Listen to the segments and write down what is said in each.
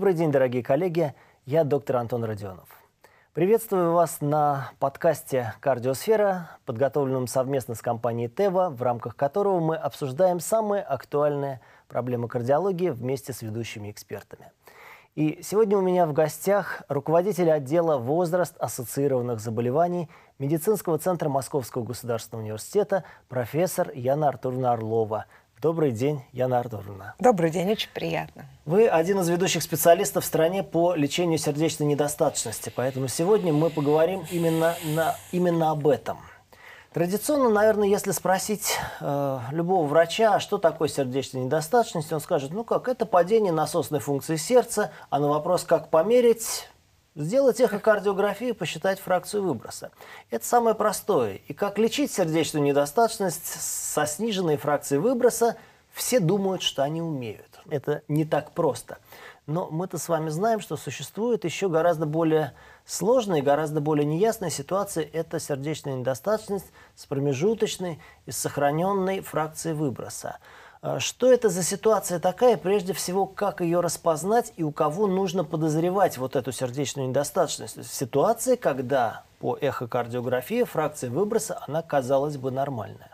Добрый день, дорогие коллеги. Я доктор Антон Родионов. Приветствую вас на подкасте «Кардиосфера», подготовленном совместно с компанией Teva, в рамках которого мы обсуждаем самые актуальные проблемы кардиологии вместе с ведущими экспертами. И сегодня у меня в гостях руководитель отдела «Возраст ассоциированных заболеваний» медицинского центра Московского государственного университета профессор Яна Артуровна Орлова. Добрый день, Яна Артуровна. Добрый день, очень приятно. Вы один из ведущих специалистов в стране по лечению сердечной недостаточности, поэтому сегодня мы поговорим именно об этом. Традиционно, наверное, если спросить любого врача, что такое сердечная недостаточность, он скажет, это падение насосной функции сердца, а на вопрос, как померить, сделать эхокардиографию и посчитать фракцию выброса. Это самое простое. И как лечить сердечную недостаточность со сниженной фракцией выброса, все думают, что они умеют. Это не так просто. Но мы-то с вами знаем, что существует еще гораздо более сложная и гораздо более неясная ситуация. Это сердечная недостаточность с промежуточной и сохраненной фракцией выброса. Что это за ситуация такая? Прежде всего, как ее распознать и у кого нужно подозревать вот эту сердечную недостаточность? В ситуации, когда по эхокардиографии фракция выброса, она, казалось бы, нормальная.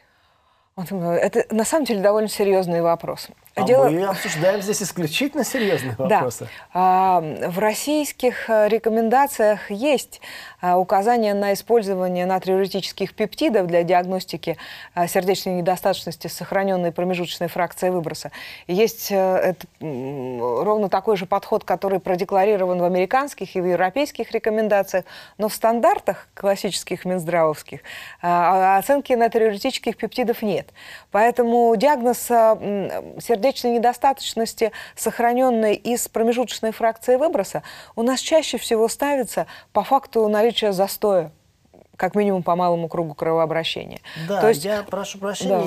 Это на самом деле довольно серьезный вопрос. Мы обсуждаем здесь исключительно серьезные вопросы. Да. В российских рекомендациях есть указание на использование натриуретических пептидов для диагностики сердечной недостаточности с сохраненной промежуточной фракцией выброса. Есть ровно такой же подход, который продекларирован в американских и в европейских рекомендациях, но в стандартах классических минздравовских оценки натриуретических пептидов нет. Поэтому диагноз сердечной недостаточности, сохраненной из промежуточной фракции выброса, у нас чаще всего ставится по факту наличия застоя, как минимум по малому кругу кровообращения. Да, я прошу прощения,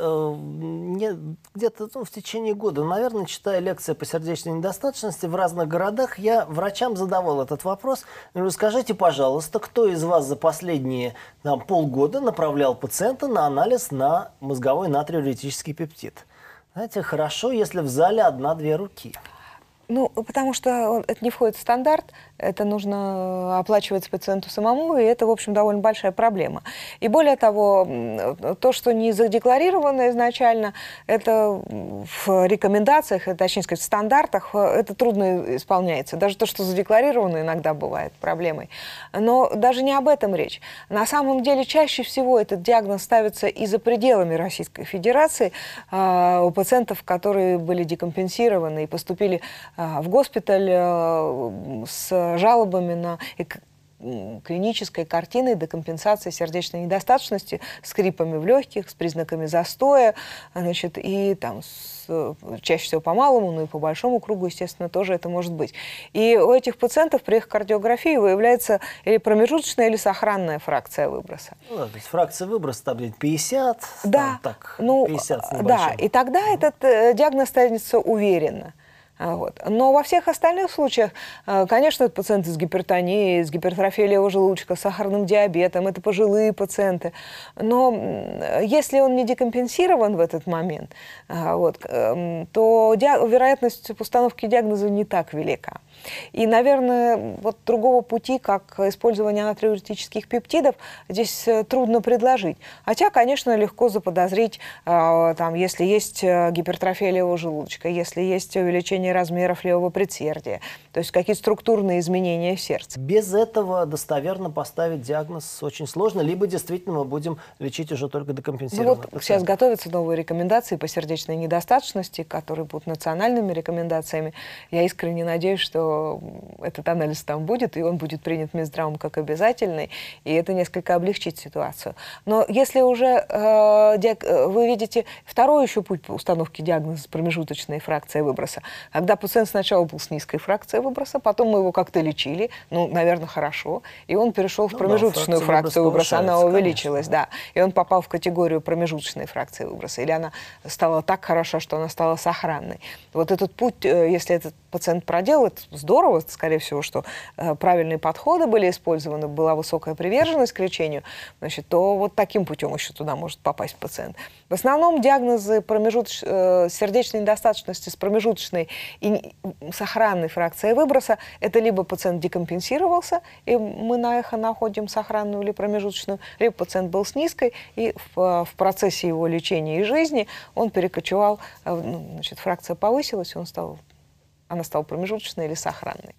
я где-то в течение года, наверное, читая лекции по сердечной недостаточности в разных городах, я врачам задавал этот вопрос. Говорю, скажите, пожалуйста, кто из вас за последние полгода направлял пациента на анализ на мозговой натриуретический пептид? Знаете, хорошо, если в зале одна-две руки. Потому что это не входит в стандарт, это нужно оплачивать пациенту самому, и это, в общем, довольно большая проблема. И более того, то, что не задекларировано изначально, это в рекомендациях, точнее сказать, в стандартах, это трудно исполняется. Даже то, что задекларировано, иногда бывает проблемой. Но даже не об этом речь. На самом деле, чаще всего этот диагноз ставится и за пределами Российской Федерации у пациентов, которые были декомпенсированы и поступили в госпиталь с жалобами на клинической картиной декомпенсации сердечной недостаточности, с хрипами в легких, с признаками застоя, и чаще всего по малому, но и по большому кругу, естественно, тоже это может быть. И у этих пациентов при эхокардиографии выявляется или промежуточная, или сохранная фракция выброса. То есть фракция выброса там 50, 50 с небольшим. Да, и тогда этот диагноз ставится уверенно. Но во всех остальных случаях, конечно, это пациенты с гипертонией, с гипертрофией левого желудочка, с сахарным диабетом, это пожилые пациенты. Но если он не декомпенсирован в этот момент, то вероятность постановки диагноза не так велика. И, наверное, другого пути, как использование натриуретических пептидов, здесь трудно предложить. Хотя, конечно, легко заподозрить, если есть гипертрофия левого желудочка, если есть увеличение размеров левого предсердия, то есть какие-то структурные изменения в сердце. Без этого достоверно поставить диагноз очень сложно, либо действительно мы будем лечить уже только декомпенсированных пациентов. Сейчас готовятся новые рекомендации по сердечной недостаточности, которые будут национальными рекомендациями. Я искренне надеюсь, что этот анализ там будет, и он будет принят Минздравом как обязательный, и это несколько облегчит ситуацию. Но если уже вы видите второй еще путь по установке диагноза с промежуточной фракцией выброса, когда пациент сначала был с низкой фракцией выброса, потом мы его как-то лечили, наверное, хорошо, и он перешел в промежуточную фракцию выброса, она увеличилась, конечно. Да, и он попал в категорию промежуточной фракции выброса, или она стала так хороша, что она стала сохранной. Вот этот путь, если этот пациент проделал, это здорово, скорее всего, что правильные подходы были использованы, была высокая приверженность к лечению, значит, то вот таким путем еще туда может попасть пациент. В основном диагнозы сердечной недостаточности с промежуточной и сохранной фракцией выброса – это либо пациент декомпенсировался, и мы на эхо находим сохранную или промежуточную, либо пациент был с низкой, и в процессе его лечения и жизни он перекочевал, значит, фракция повысилась, и она стала промежуточной или сохранной.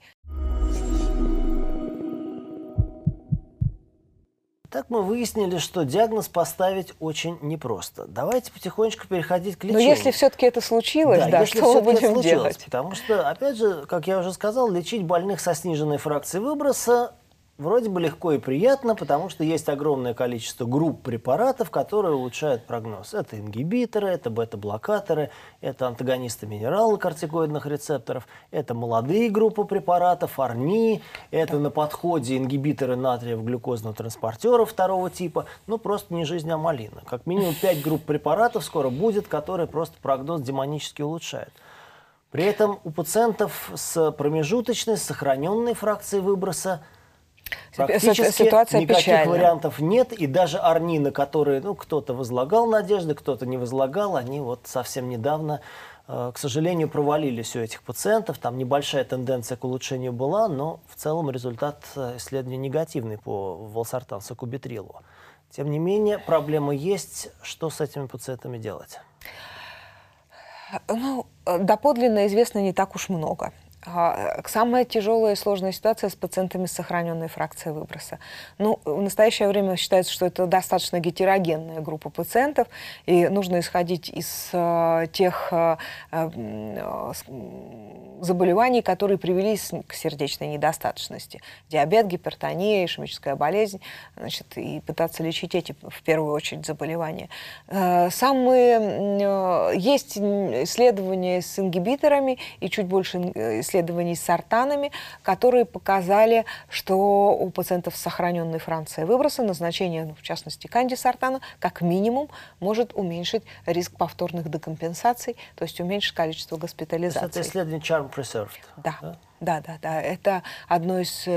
Так мы выяснили, что диагноз поставить очень непросто. Давайте потихонечку переходить к лечению. Но если все-таки это случилось, да, что мы будем делать? Потому что, опять же, как я уже сказал, лечить больных со сниженной фракцией выброса вроде бы легко и приятно, потому что есть огромное количество групп препаратов, которые улучшают прогноз. Это ингибиторы, это бета-блокаторы, это антагонисты минералокортикоидных рецепторов, это молодые группы препаратов, АРНИ, это на подходе ингибиторы натриев глюкозного транспортера второго типа. Ну, просто не жизнь, а малина. Как минимум 5 групп препаратов скоро будет, которые просто прогноз демонически улучшают. При этом у пациентов с промежуточной, сохраненной фракцией выброса практически ситуация никаких печальна. вариантов нет, и даже АРНИ, на которые кто-то возлагал надежды, кто-то не возлагал, они вот совсем недавно, к сожалению, провалились у этих пациентов. Там небольшая тенденция к улучшению была, но в целом результат исследования негативный по валсартан сакубитрилу. Тем не менее, проблема есть. Что с этими пациентами делать? Ну, доподлинно известно не так уж много. Самая тяжелая и сложная ситуация с пациентами с сохраненной фракцией выброса. Ну, в настоящее время считается, что это достаточно гетерогенная группа пациентов, и нужно исходить из тех заболеваний, которые привели к сердечной недостаточности. Диабет, гипертония, ишемическая болезнь, значит, и пытаться лечить эти, в первую очередь, заболевания. Есть исследования с ингибиторами и чуть больше исследований с сортанами, которые показали, что у пациентов с сохраненной фракцией выброса назначение, в частности, кандисортана, как минимум, может уменьшить риск повторных декомпенсаций, то есть уменьшить количество госпитализаций. Это исследование Charm Preserved. Да. Да. Это одно из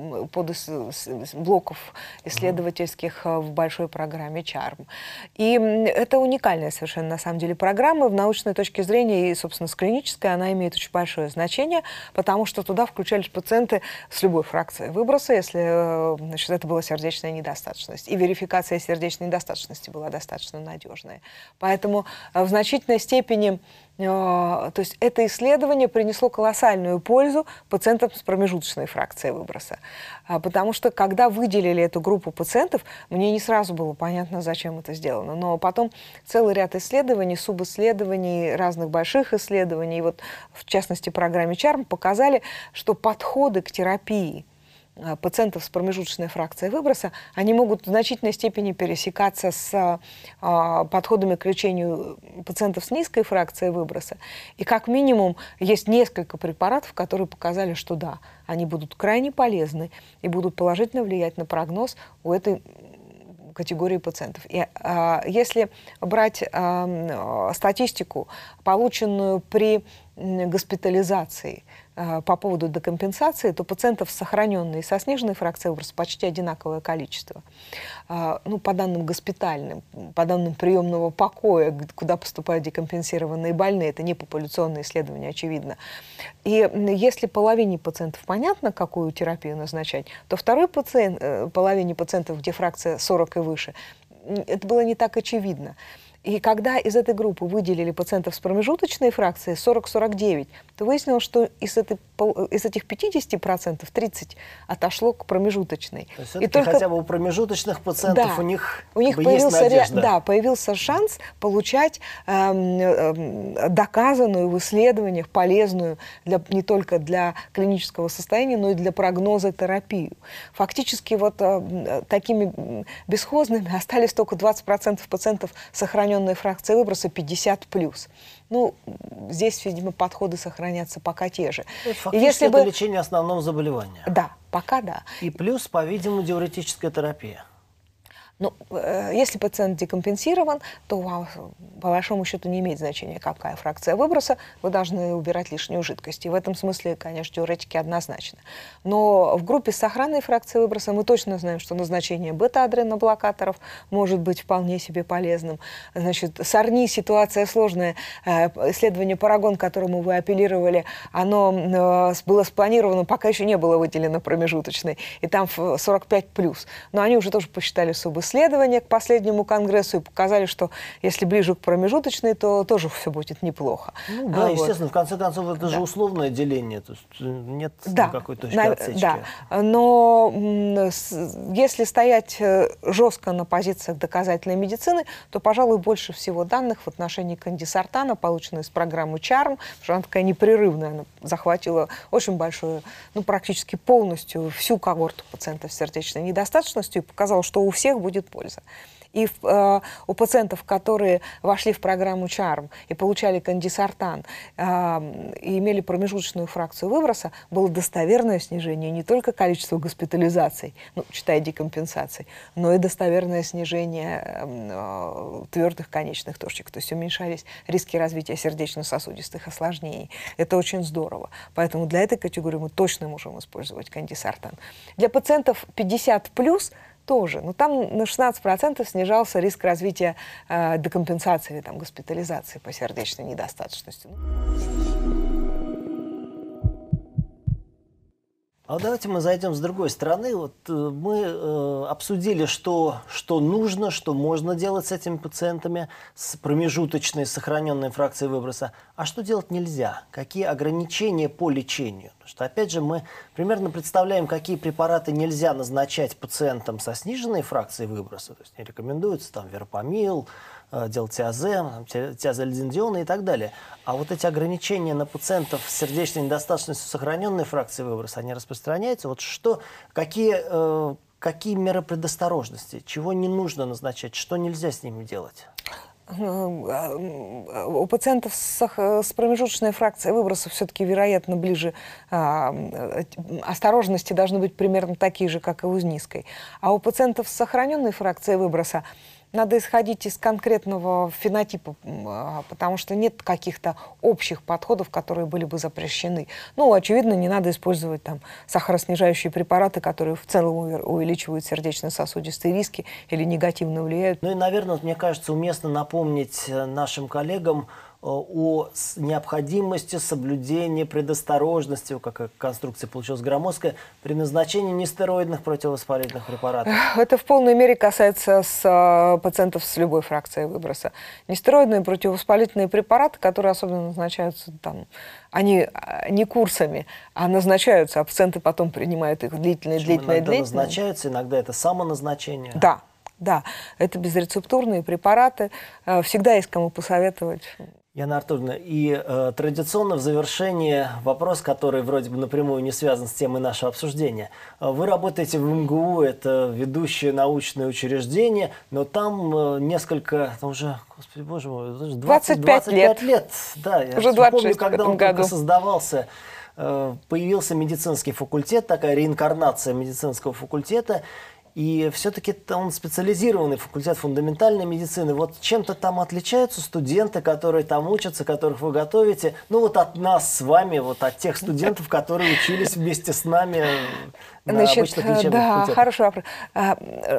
блоков исследовательских в большой программе CHARM. И это уникальная совершенно, на самом деле, программа. В научной точке зрения и, собственно, с клинической она имеет очень большое значение, потому что туда включались пациенты с любой фракцией выброса, если, значит, это была сердечная недостаточность. И верификация сердечной недостаточности была достаточно надежная. Поэтому в значительной степени, то есть это исследование принесло колоссальную пользу пациентам с промежуточной фракцией выброса. Потому что, когда выделили эту группу пациентов, мне не сразу было понятно, зачем это сделано. Но потом целый ряд исследований, субисследований, разных больших исследований, вот в частности в программе CHARM, показали, что подходы к терапии пациентов с промежуточной фракцией выброса, они могут в значительной степени пересекаться с подходами к лечению пациентов с низкой фракцией выброса. И как минимум есть несколько препаратов, которые показали, что да, они будут крайне полезны и будут положительно влиять на прогноз у этой категории пациентов. И если брать статистику, полученную при госпитализации по поводу декомпенсации, то пациентов с сохраненной и со сниженной фракцией выброса почти одинаковое количество. Ну, по данным госпитальным, по данным приемного покоя, куда поступают декомпенсированные больные, это не популяционные исследования, очевидно. И если половине пациентов понятно, какую терапию назначать, то второй половине пациентов, где фракция 40 и выше, это было не так очевидно. И когда из этой группы выделили пациентов с промежуточной фракцией 40-49, то выяснилось, что из этих 50% 30 отошло к промежуточной. То есть только хотя бы у промежуточных пациентов да, у них появился, есть надежда. Да, появился шанс получать доказанную в исследованиях полезную не только для клинического состояния, но и для прогноза терапию. Фактически вот такими бесхозными остались только 20% пациентов с сохраненной фракцией выброса 50+. Ну, здесь, видимо, подходы сохранятся пока те же. Фактически это лечение основного заболевания. Да, пока да. И плюс, по-видимому, диуретическая терапия. Ну, если пациент декомпенсирован, то по большому счету не имеет значения, какая фракция выброса, вы должны убирать лишнюю жидкость. И в этом смысле, конечно, диуретики однозначно. Но в группе с сохранной фракцией выброса мы точно знаем, что назначение бета-адреноблокаторов может быть вполне себе полезным. Значит, с АРНИ ситуация сложная. Исследование Парагон, к которому вы апеллировали, оно было спланировано, пока еще не было выделено промежуточной, и там 45+. Но они уже тоже посчитали субисследование к последнему конгрессу и показали, что если ближе к промежуточной, то тоже все будет неплохо. Ну да, естественно, в конце концов, это же условное деление, то есть нет никакой точки отсечки. Да, но если стоять жестко на позициях доказательной медицины, то, пожалуй, больше всего данных в отношении кандисартана, полученных из программы ЧАРМ, потому что она такая непрерывная, она захватила очень большую, ну, практически полностью всю когорту пациентов с сердечной недостаточностью и показала, что у всех будет польза. И у пациентов, которые вошли в программу ЧАРМ и получали кандисартан, и имели промежуточную фракцию выброса, было достоверное снижение не только количества госпитализаций, ну, читая декомпенсаций, но и достоверное снижение твердых конечных точек. То есть уменьшались риски развития сердечно-сосудистых осложнений. Это очень здорово. Поэтому для этой категории мы точно можем использовать кандисартан. Для пациентов 50+, тоже, но там на 16% снижался риск развития декомпенсации или там, госпитализации по сердечной недостаточности. А давайте мы зайдем с другой стороны. Вот мы обсудили, что нужно, что можно делать с этими пациентами с промежуточной сохраненной фракцией выброса, а что делать нельзя, какие ограничения по лечению. Потому что, опять же, мы примерно представляем, какие препараты нельзя назначать пациентам со сниженной фракцией выброса. То есть не рекомендуется там верапамил, делтиазем, тиазолидиндион и так далее. А вот эти ограничения на пациентов с сердечной недостаточностью сохраненной фракции выброса, они распространяются? Вот какие меры предосторожности? Чего не нужно назначать? Что нельзя с ними делать? У пациентов с промежуточной фракцией выброса все-таки, вероятно, ближе осторожности должны быть примерно такие же, как и у низкой. А у пациентов с сохраненной фракцией выброса надо исходить из конкретного фенотипа, потому что нет каких-то общих подходов, которые были бы запрещены. Ну, очевидно, не надо использовать там сахароснижающие препараты, которые в целом увеличивают сердечно-сосудистые риски или негативно влияют. Ну и, наверное, мне кажется, уместно напомнить нашим коллегам о необходимости соблюдения предосторожности, как конструкция получилась громоздкая, при назначении нестероидных противовоспалительных препаратов. Это в полной мере касается пациентов с любой фракцией выброса. Нестероидные противовоспалительные препараты, которые особенно назначаются там, они не курсами, а назначаются, а пациенты потом принимают их длительно. Иногда назначаются, иногда это самоназначение. Да, это безрецептурные препараты. Всегда есть кому посоветовать. Яна Артуровна, и традиционно в завершении вопрос, который вроде бы напрямую не связан с темой нашего обсуждения. Вы работаете в МГУ, это ведущее научное учреждение, но там несколько, уже, господи боже мой, 25 лет. Да, я уже 26 помню, когда он только создавался, появился медицинский факультет, такая реинкарнация медицинского факультета. И все-таки он специализированный факультет фундаментальной медицины. Вот чем-то там отличаются студенты, которые там учатся, которых вы готовите? Ну вот от нас с вами, вот от тех студентов, которые учились вместе с нами на обычных лечебных факультетах. Хороший вопрос. Да,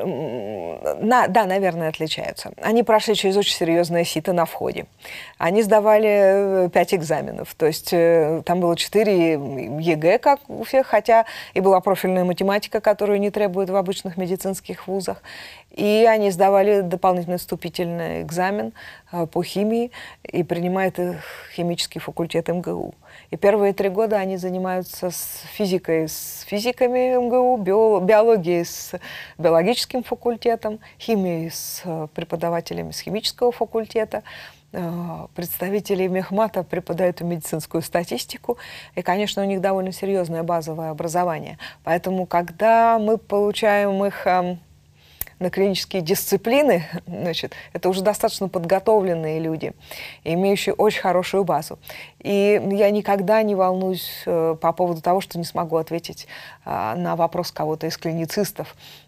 наверное, отличаются. Они прошли через очень серьезное сито на входе. Они сдавали 5 экзаменов. То есть там было 4 ЕГЭ, как у всех, хотя и была профильная математика, которую не требует в обычных медицинских вузах. И они сдавали дополнительный вступительный экзамен по химии, и принимает их химический факультет МГУ. И первые 3 года они занимаются с физикой, с физиками МГУ, биологией с биологическим факультетом, химией с преподавателями с химического факультета. Представители мехмата преподают медицинскую статистику, и, конечно, у них довольно серьезное базовое образование. Поэтому, когда мы получаем их на клинические дисциплины, значит, это уже достаточно подготовленные люди, имеющие очень хорошую базу. И я никогда не волнуюсь по поводу того, что не смогу ответить на вопрос кого-то из клиницистов.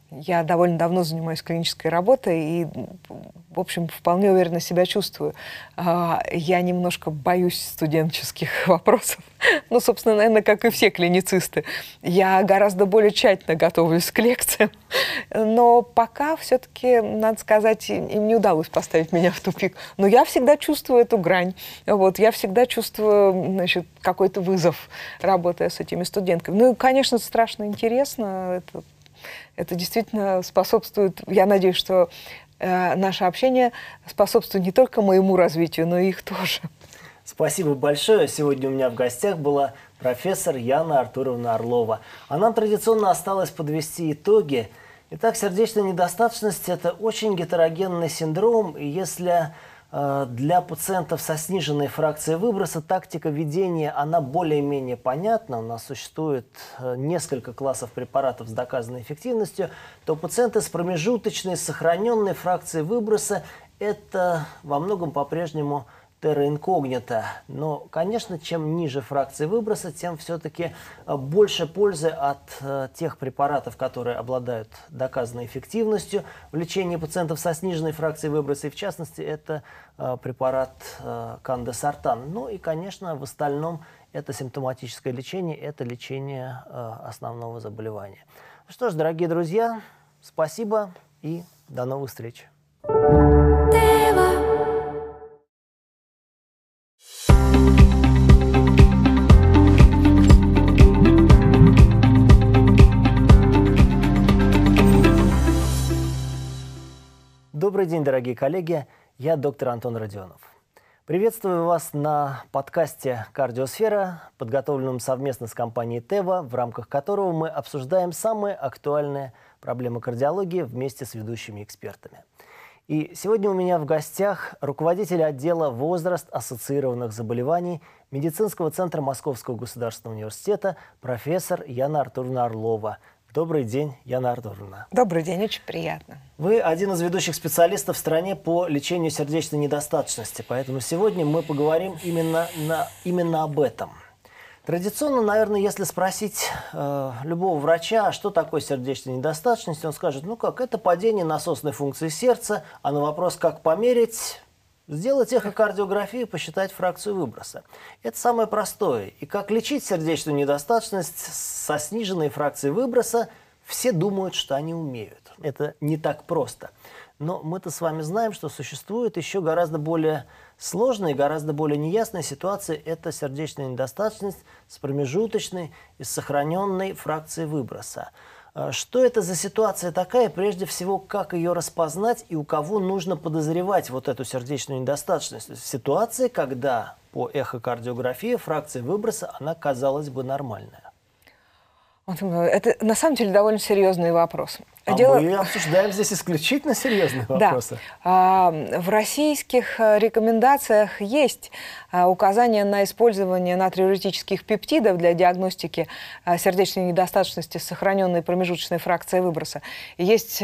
Я довольно давно занимаюсь клинической работой и, в общем, вполне уверенно себя чувствую. Я немножко боюсь студенческих вопросов. Ну, собственно, наверное, как и все клиницисты. Я гораздо более тщательно готовлюсь к лекциям. Но пока все-таки, надо сказать, им не удалось поставить меня в тупик. Но я всегда чувствую эту грань. Вот, я всегда чувствую, значит, какой-то вызов, работая с этими студентками. Ну, и, конечно, страшно интересно. Это действительно способствует, я надеюсь, что наше общение способствует не только моему развитию, но и их тоже. Спасибо большое. Сегодня у меня в гостях была профессор Яна Артуровна Орлова. А нам традиционно осталось подвести итоги. Итак, сердечная недостаточность – это очень гетерогенный синдром, и если для пациентов со сниженной фракцией выброса тактика ведения, она более-менее понятна, у нас существует несколько классов препаратов с доказанной эффективностью, то пациенты с промежуточной, сохраненной фракцией выброса – это во многом по-прежнему терра инкогнита. Но, конечно, чем ниже фракции выброса, тем все-таки больше пользы от тех препаратов, которые обладают доказанной эффективностью в лечении пациентов со сниженной фракцией выброса. И в частности, это препарат кандесартан. Ну и, конечно, в остальном это симптоматическое лечение, это лечение основного заболевания. Что ж, дорогие друзья, спасибо и до новых встреч. Добрый день, дорогие коллеги, я доктор Антон Родионов. Приветствую вас на подкасте «Кардиосфера», подготовленном совместно с компанией Teva, в рамках которого мы обсуждаем самые актуальные проблемы кардиологии вместе с ведущими экспертами. И сегодня у меня в гостях руководитель отдела «Возраст ассоциированных заболеваний» Медицинского центра Московского государственного университета профессор Яна Артуровна Орлова. Добрый день, Яна Артуровна. Добрый день, очень приятно. Вы один из ведущих специалистов в стране по лечению сердечной недостаточности, поэтому сегодня мы поговорим именно об этом. Традиционно, наверное, если спросить любого врача, что такое сердечная недостаточность, он скажет, ну как, это падение насосной функции сердца, а на вопрос, как померить, сделать эхокардиографию и посчитать фракцию выброса. Это самое простое. И как лечить сердечную недостаточность со сниженной фракцией выброса, все думают, что они умеют. Это не так просто. Но мы-то с вами знаем, что существует еще гораздо более сложная и гораздо более неясная ситуация. Это сердечная недостаточность с промежуточной и с сохраненной фракцией выброса. Что это за ситуация такая? Прежде всего, как ее распознать и у кого нужно подозревать вот эту сердечную недостаточность? В ситуации, когда по эхокардиографии фракция выброса, она, казалось бы, нормальная. Это на самом деле довольно серьезный вопрос. Мы обсуждаем здесь исключительно серьезные вопросы. Да. В российских рекомендациях есть указание на использование натриуретических пептидов для диагностики сердечной недостаточности с сохраненной промежуточной фракцией выброса. Есть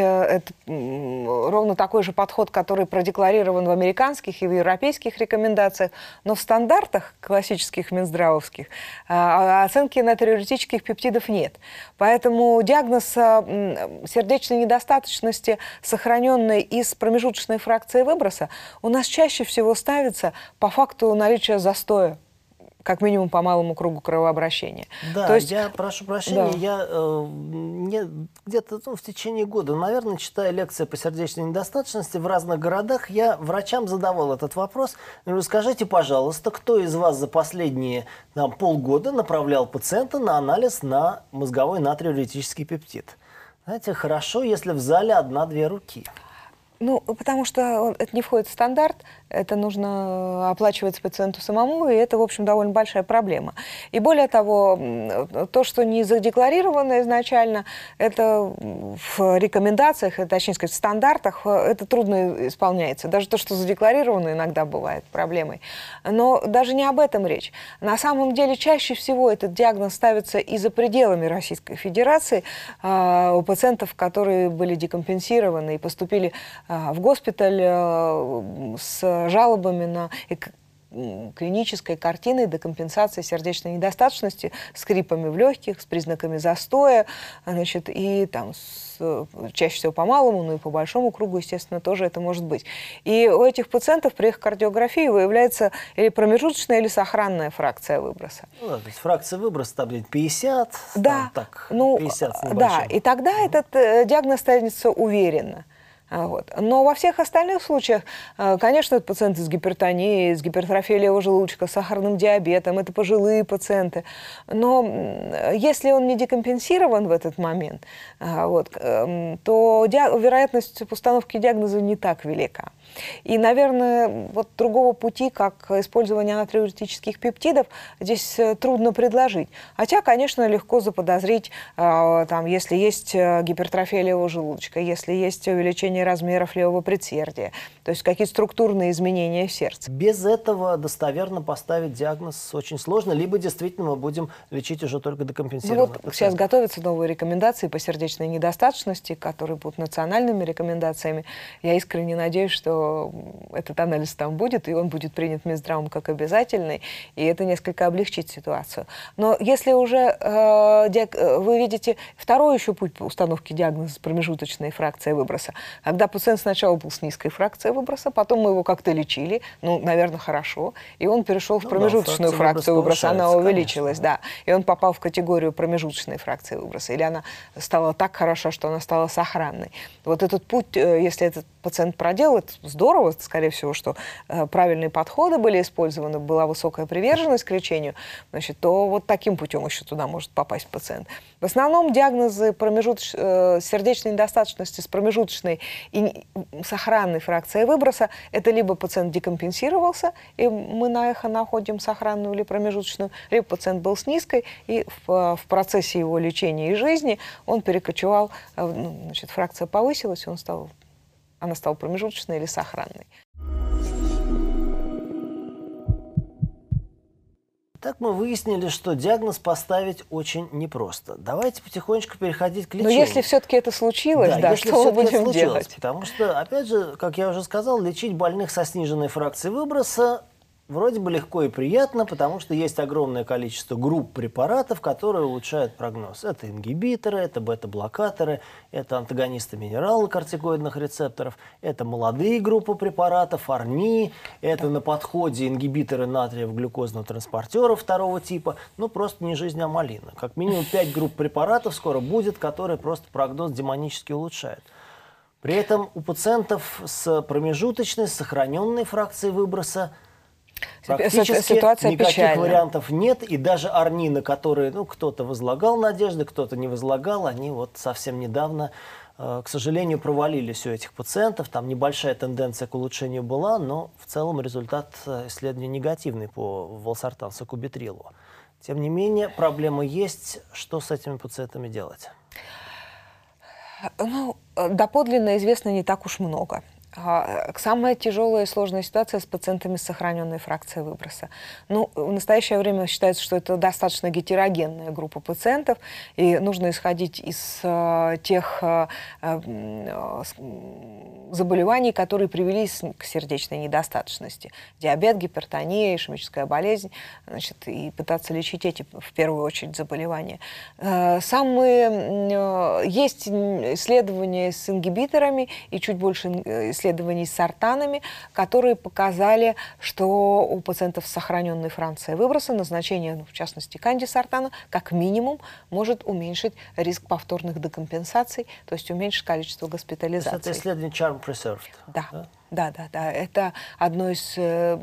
ровно такой же подход, который продекларирован в американских и в европейских рекомендациях, но в стандартах классических минздравовских оценки натриуретических пептидов нет. Поэтому диагноз сердечной недостаточности, сохраненной из промежуточной фракции выброса, у нас чаще всего ставится по факту наличия застоя, как минимум по малому кругу кровообращения. Да, то есть, я прошу прощения, да. Я где-то в течение года, наверное, читая лекции по сердечной недостаточности в разных городах, я врачам задавал этот вопрос. Говорю, скажите, пожалуйста, кто из вас за последние полгода направлял пациента на анализ на мозговой натриуретический пептид? Знаете, хорошо, если в зале одна-две руки. Ну, потому что это не входит в стандарт, это нужно оплачивать пациенту самому, и это, в общем, довольно большая проблема. И более того, то, что не задекларировано изначально, это в рекомендациях, точнее сказать, в стандартах, это трудно исполняется. Даже то, что задекларировано, иногда бывает проблемой. Но даже не об этом речь. На самом деле, чаще всего этот диагноз ставится и за пределами Российской Федерации у пациентов, которые были декомпенсированы и поступили в госпиталь с жалобами на клинической картиной декомпенсации сердечной недостаточности с хрипами в легких, с признаками застоя, значит, и там чаще всего по малому, но и по большому кругу, естественно, тоже это может быть. И у этих пациентов при эхокардиографии выявляется или промежуточная, или сохранная фракция выброса. Ну, да, то есть фракция выброса там 50, да, там, так, ну, 50 с небольшим. Да, и тогда этот диагноз становится уверенно. Вот. Но во всех остальных случаях, конечно, это пациенты с гипертонией, с гипертрофией левого желудочка, с сахарным диабетом, это пожилые пациенты. Но если он не декомпенсирован в этот момент, вот, то вероятность постановки диагноза не так велика. И, наверное, вот другого пути, как использование натриуретических пептидов, здесь трудно предложить. Хотя, конечно, легко заподозрить, там, если есть гипертрофия левого желудочка, если есть увеличение размеров левого предсердия, то есть какие-то структурные изменения в сердце. Без этого достоверно поставить диагноз очень сложно, либо действительно мы будем лечить уже только декомпенсированных пациентов. Сейчас готовятся новые рекомендации по сердечной недостаточности, которые будут национальными рекомендациями. Я искренне надеюсь, что этот анализ там будет, и он будет принят Минздравом как обязательный, и это несколько облегчит ситуацию. Но если уже вы видите второй еще путь установки диагноза с промежуточной фракцией выброса, когда пациент сначала был с низкой фракцией выброса, потом мы его как-то лечили, ну, наверное, хорошо, и он перешел в промежуточную фракцию выброса, она увеличилась, конечно. Да, и он попал в категорию промежуточной фракции выброса, или она стала так хороша, что она стала сохранной. Вот этот путь, если этот пациент проделал, это здорово, скорее всего, что правильные подходы были использованы, была высокая приверженность к лечению, значит, то вот таким путем еще туда может попасть пациент. В основном диагнозы сердечной недостаточности с промежуточной и сохранной фракцией выброса – это либо пациент декомпенсировался, и мы на эхо находим сохранную или промежуточную, либо пациент был с низкой, и в процессе его лечения и жизни он перекочевал, значит, фракция повысилась, и она стала промежуточной или сохранной. Так мы выяснили, что диагноз поставить очень непросто. Давайте потихонечку переходить к лечению. Но если все-таки это случилось, да, что мы будем делать? Потому что, опять же, как я уже сказал, лечить больных со сниженной фракцией выброса вроде бы легко и приятно, потому что есть огромное количество групп препаратов, которые улучшают прогноз. Это ингибиторы, это бета-блокаторы, это антагонисты минералокортикоидных рецепторов, это молодые группы препаратов, АРНИ, это на подходе ингибиторы натриевых глюкозного транспортера второго типа. Ну, просто не жизнь, а малина. Как минимум 5 групп препаратов скоро будет, которые просто прогноз демонически улучшают. При этом у пациентов с промежуточной, сохраненной фракцией выброса практически ситуация никаких печальна. вариантов нет, и даже АРНИ, на которые кто-то возлагал надежды, кто-то не возлагал, они вот совсем недавно, к сожалению, провалились у этих пациентов. Там небольшая тенденция к улучшению была, но в целом результат исследования негативный по валсартан сакубитрилу. Тем не менее, проблема есть. Что с этими пациентами делать? Ну, доподлинно известно не так уж много. Самая тяжелая и сложная ситуация с пациентами с сохраненной фракцией выброса. Ну, в настоящее время считается, что это достаточно гетерогенная группа пациентов, и нужно исходить из тех заболеваний, которые привели к сердечной недостаточности. Диабет, гипертония, ишемическая болезнь, значит, и пытаться лечить эти, в первую очередь, заболевания. Есть исследования с ингибиторами и чуть больше исследований с сартанами, которые показали, что у пациентов с сохраненной фракцией выброса назначение, в частности, кандисартана, как минимум, может уменьшить риск повторных декомпенсаций, то есть уменьшить количество госпитализаций. Это исследование Charm Preserved. Да. Да. Это одно из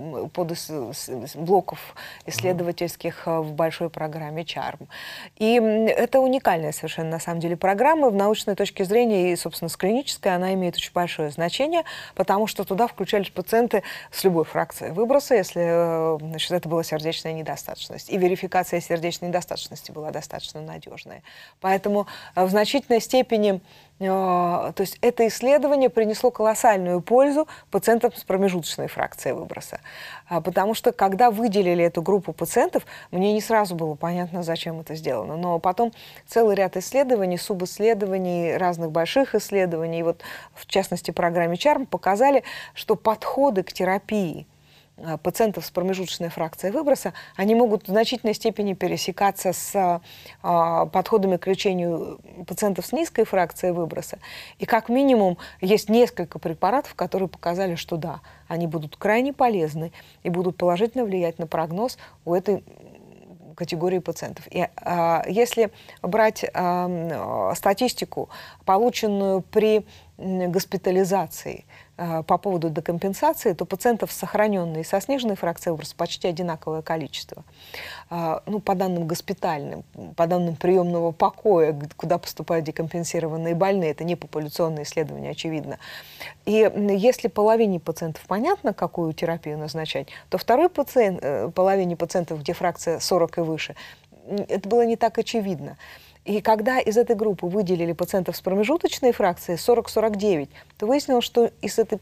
блоков исследовательских в большой программе CHARM. И это уникальная совершенно, на самом деле, программа. В научной точке зрения и, собственно, с клинической она имеет очень большое значение, потому что туда включались пациенты с любой фракцией выброса, если, значит, это была сердечная недостаточность. И верификация сердечной недостаточности была достаточно надежная. Поэтому в значительной степени, то есть это исследование принесло колоссальную пользу пациентам с промежуточной фракцией выброса. Потому что, когда выделили эту группу пациентов, мне не сразу было понятно, зачем это сделано. Но потом целый ряд исследований, субисследований, разных больших исследований, вот, в частности, в программе CHARM, показали, что подходы к терапии пациентов с промежуточной фракцией выброса, они могут в значительной степени пересекаться с подходами к лечению пациентов с низкой фракцией выброса. И как минимум есть несколько препаратов, которые показали, что да, они будут крайне полезны и будут положительно влиять на прогноз у этой категории пациентов. И если брать статистику, полученную при госпитализации по поводу декомпенсации, то пациентов с сохраненной и со сниженной фракцией выброса почти одинаковое количество. Ну, по данным госпитальным, по данным приемного покоя, куда поступают декомпенсированные больные, это не популяционные исследования, очевидно. И если половине пациентов понятно, какую терапию назначать, то второй половине пациентов, где фракция 40 и выше, это было не так очевидно. И когда из этой группы выделили пациентов с промежуточной фракцией 40-49, то выяснилось, что из этих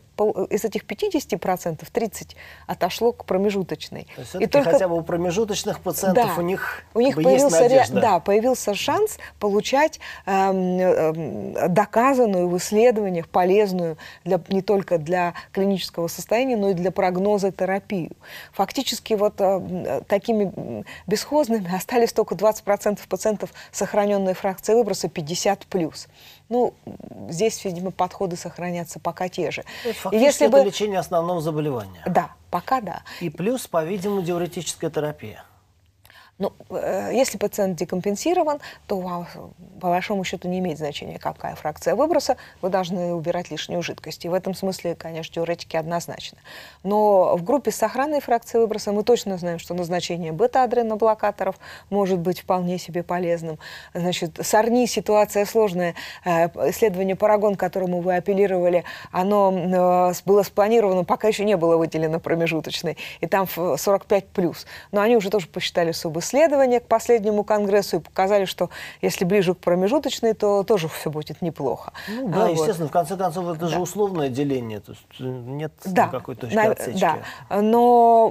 50% 30 отошло к промежуточной. То есть все-таки только хотя бы у промежуточных пациентов да, у них появился, есть надежда. Да, появился шанс получать доказанную в исследованиях, полезную не только для клинического состояния, но и для прогноза терапию. Фактически вот такими бесхозными остались только 20% пациентов с сохраненной фракцией выброса 50+. Ну, здесь, видимо, подходы сохранятся пока те же. Фактически если это лечение основного заболевания. Да, пока да. И плюс, по-видимому, диуретическая терапия. Ну, если пациент декомпенсирован, то по большому счету не имеет значения, какая фракция выброса, вы должны убирать лишнюю жидкость. И в этом смысле, конечно, диуретики однозначно. Но в группе с сохранной фракцией выброса мы точно знаем, что назначение бета-адреноблокаторов может быть вполне себе полезным. Значит, с АРНИ ситуация сложная. Исследование Парагон, к которому вы апеллировали, оно было спланировано, пока еще не было выделено промежуточной, и там 45+. Но они уже тоже посчитали субисследования к последнему конгрессу и показали, что если ближе к промежуточной, то тоже все будет неплохо. Ну, да, естественно, в конце концов, это же условное деление, то есть нет никакой точки отсечки. Да, но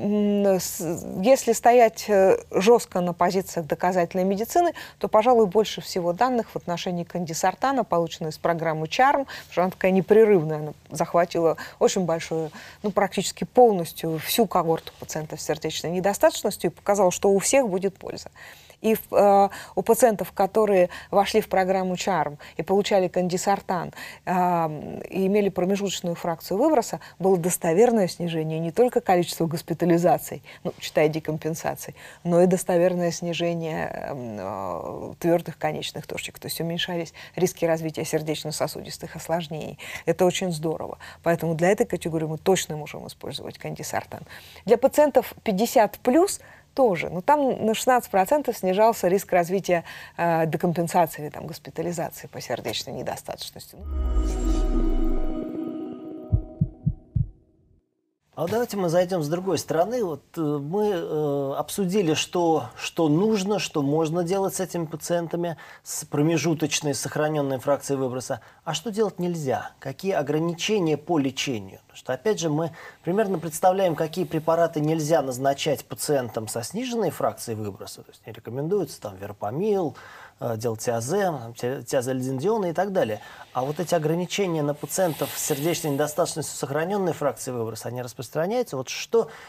если стоять жестко на позициях доказательной медицины, то, пожалуй, больше всего данных в отношении кандисартана, полученных из программы ЧАРМ, потому что она такая непрерывная, она захватила очень большую, ну, практически полностью всю когорту пациентов с сердечной недостаточностью и показала, что у всех будет польза. И у пациентов, которые вошли в программу ЧАРМ и получали кандисартан, и имели промежуточную фракцию выброса, было достоверное снижение не только количества госпитализаций, ну, считая декомпенсаций, но и достоверное снижение твердых конечных точек. То есть уменьшались риски развития сердечно-сосудистых осложнений. Это очень здорово. Поэтому для этой категории мы точно можем использовать кандисартан. Для пациентов 50+, тоже. Но там на 16% снижался риск развития декомпенсации или там, госпитализации по сердечной недостаточности. А давайте мы зайдем с другой стороны. Вот мы обсудили, что нужно, что можно делать с этими пациентами с промежуточной сохраненной фракцией выброса, а что делать нельзя, какие ограничения по лечению. Потому что, опять же, мы примерно представляем, какие препараты нельзя назначать пациентам со сниженной фракцией выброса. То есть не рекомендуется там верапамил, делтиазем, тиазолидиндион и так далее. А вот эти ограничения на пациентов с сердечной недостаточностью сохраненной фракции выброса, они распространяются? Вот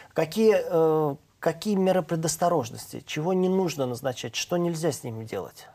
какие меры предосторожности? Чего не нужно назначать? Что нельзя с ними делать?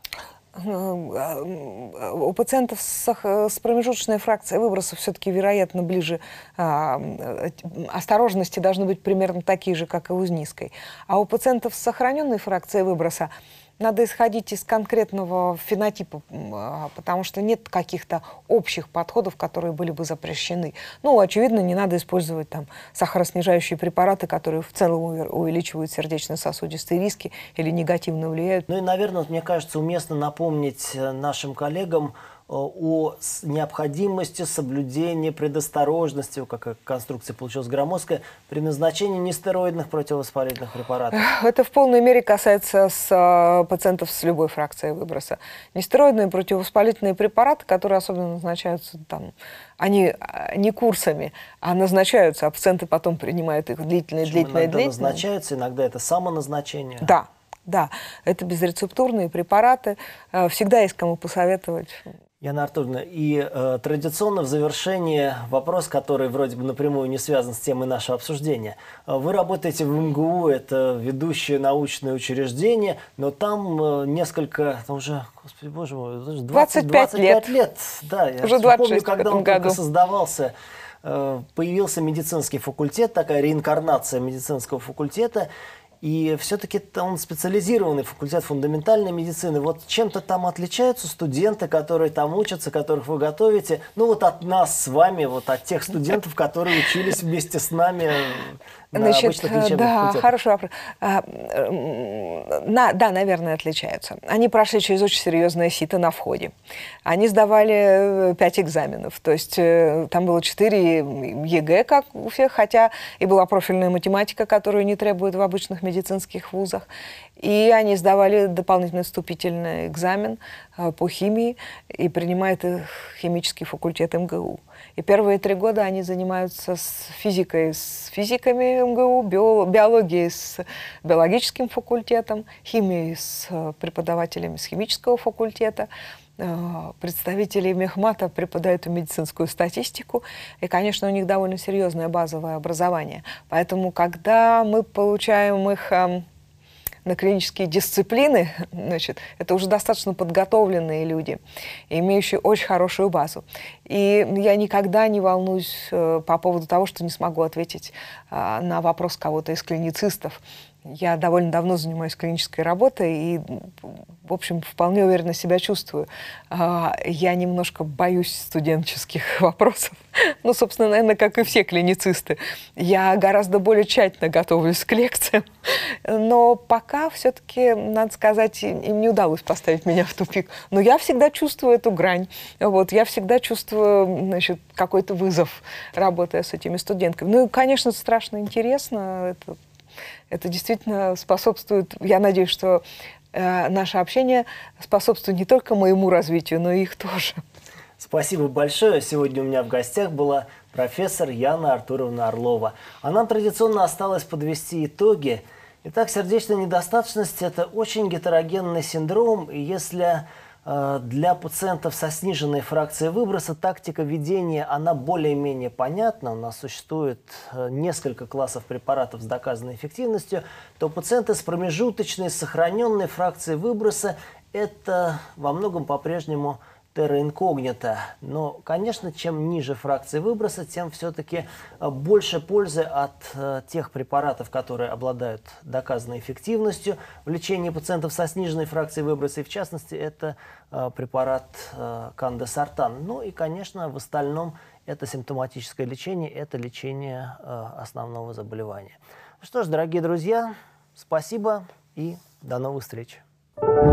У пациентов с промежуточной фракцией выброса все-таки, вероятно, ближе осторожности должны быть примерно такие же, как и у низкой. А у пациентов с сохраненной фракцией выброса надо исходить из конкретного фенотипа, потому что нет каких-то общих подходов, которые были бы запрещены. Ну, очевидно, не надо использовать там сахароснижающие препараты, которые в целом увеличивают сердечно-сосудистые риски или негативно влияют. Ну и, наверное, мне кажется, уместно напомнить нашим коллегам о необходимости соблюдения предосторожности, как конструкция получилась громоздкая, при назначении нестероидных противовоспалительных препаратов. Это в полной мере касается пациентов с любой фракцией выброса. Нестероидные противовоспалительные препараты, которые особенно назначаются, там, они не курсами, а назначаются, а пациенты потом принимают их длительно. Иногда назначаются, иногда это самоназначение. Да, это безрецептурные препараты. Всегда есть кому посоветовать. Яна Артуровна, и традиционно в завершении вопрос, который вроде бы напрямую не связан с темой нашего обсуждения. Вы работаете в МГУ, это ведущее научное учреждение, но там несколько, там уже, господи боже мой, 25 лет. Да, я уже 26 помню, когда он году. только создавался, появился медицинский факультет, такая реинкарнация медицинского факультета. И все-таки он специализированный факультет фундаментальной медицины. Вот чем-то там отличаются студенты, которые там учатся, которых вы готовите? Ну вот от нас с вами, вот от тех студентов, которые учились вместе с нами на обычных лечебных факультетах. Хороший вопрос. Да, наверное, отличаются. Они прошли через очень серьезное сито на входе. Они сдавали 5 экзаменов. То есть там было 4 ЕГЭ, как у всех, хотя и была профильная математика, которую не требуют в обычных медицинских вузах. И они сдавали дополнительный вступительный экзамен по химии, и принимает их химический факультет МГУ. И первые 3 года они занимаются с физикой, с физиками МГУ, биологией с биологическим факультетом, химией с преподавателями с химического факультета. Представители мехмата преподают медицинскую статистику, и, конечно, у них довольно серьезное базовое образование. Поэтому, когда мы получаем их на клинические дисциплины, значит, это уже достаточно подготовленные люди, имеющие очень хорошую базу. И я никогда не волнуюсь по поводу того, что не смогу ответить на вопрос кого-то из клиницистов. Я довольно давно занимаюсь клинической работой и, в общем, вполне уверенно себя чувствую. Я немножко боюсь студенческих вопросов. Ну, собственно, наверное, как и все клиницисты. Я гораздо более тщательно готовлюсь к лекциям. Но пока все-таки, надо сказать, им не удалось поставить меня в тупик. Но я всегда чувствую эту грань. Вот, я всегда чувствую, значит, какой-то вызов, работая с этими студентками. Ну, и, конечно, страшно интересно. Это действительно способствует, я надеюсь, что наше общение способствует не только моему развитию, но и их тоже. Спасибо большое. Сегодня у меня в гостях была профессор Яна Артуровна Орлова. А нам традиционно осталось подвести итоги. Итак, сердечная недостаточность – это очень гетерогенный синдром, и если для пациентов со сниженной фракцией выброса тактика ведения, она более-менее понятна, у нас существует несколько классов препаратов с доказанной эффективностью, то пациенты с промежуточной, сохраненной фракцией выброса – это во многом по-прежнему терра инкогнита. Но, конечно, чем ниже фракции выброса, тем все-таки больше пользы от тех препаратов, которые обладают доказанной эффективностью в лечении пациентов со сниженной фракцией выброса. И в частности, это препарат кандесартан. Ну и, конечно, в остальном это симптоматическое лечение, это лечение основного заболевания. Что ж, дорогие друзья, спасибо и до новых встреч.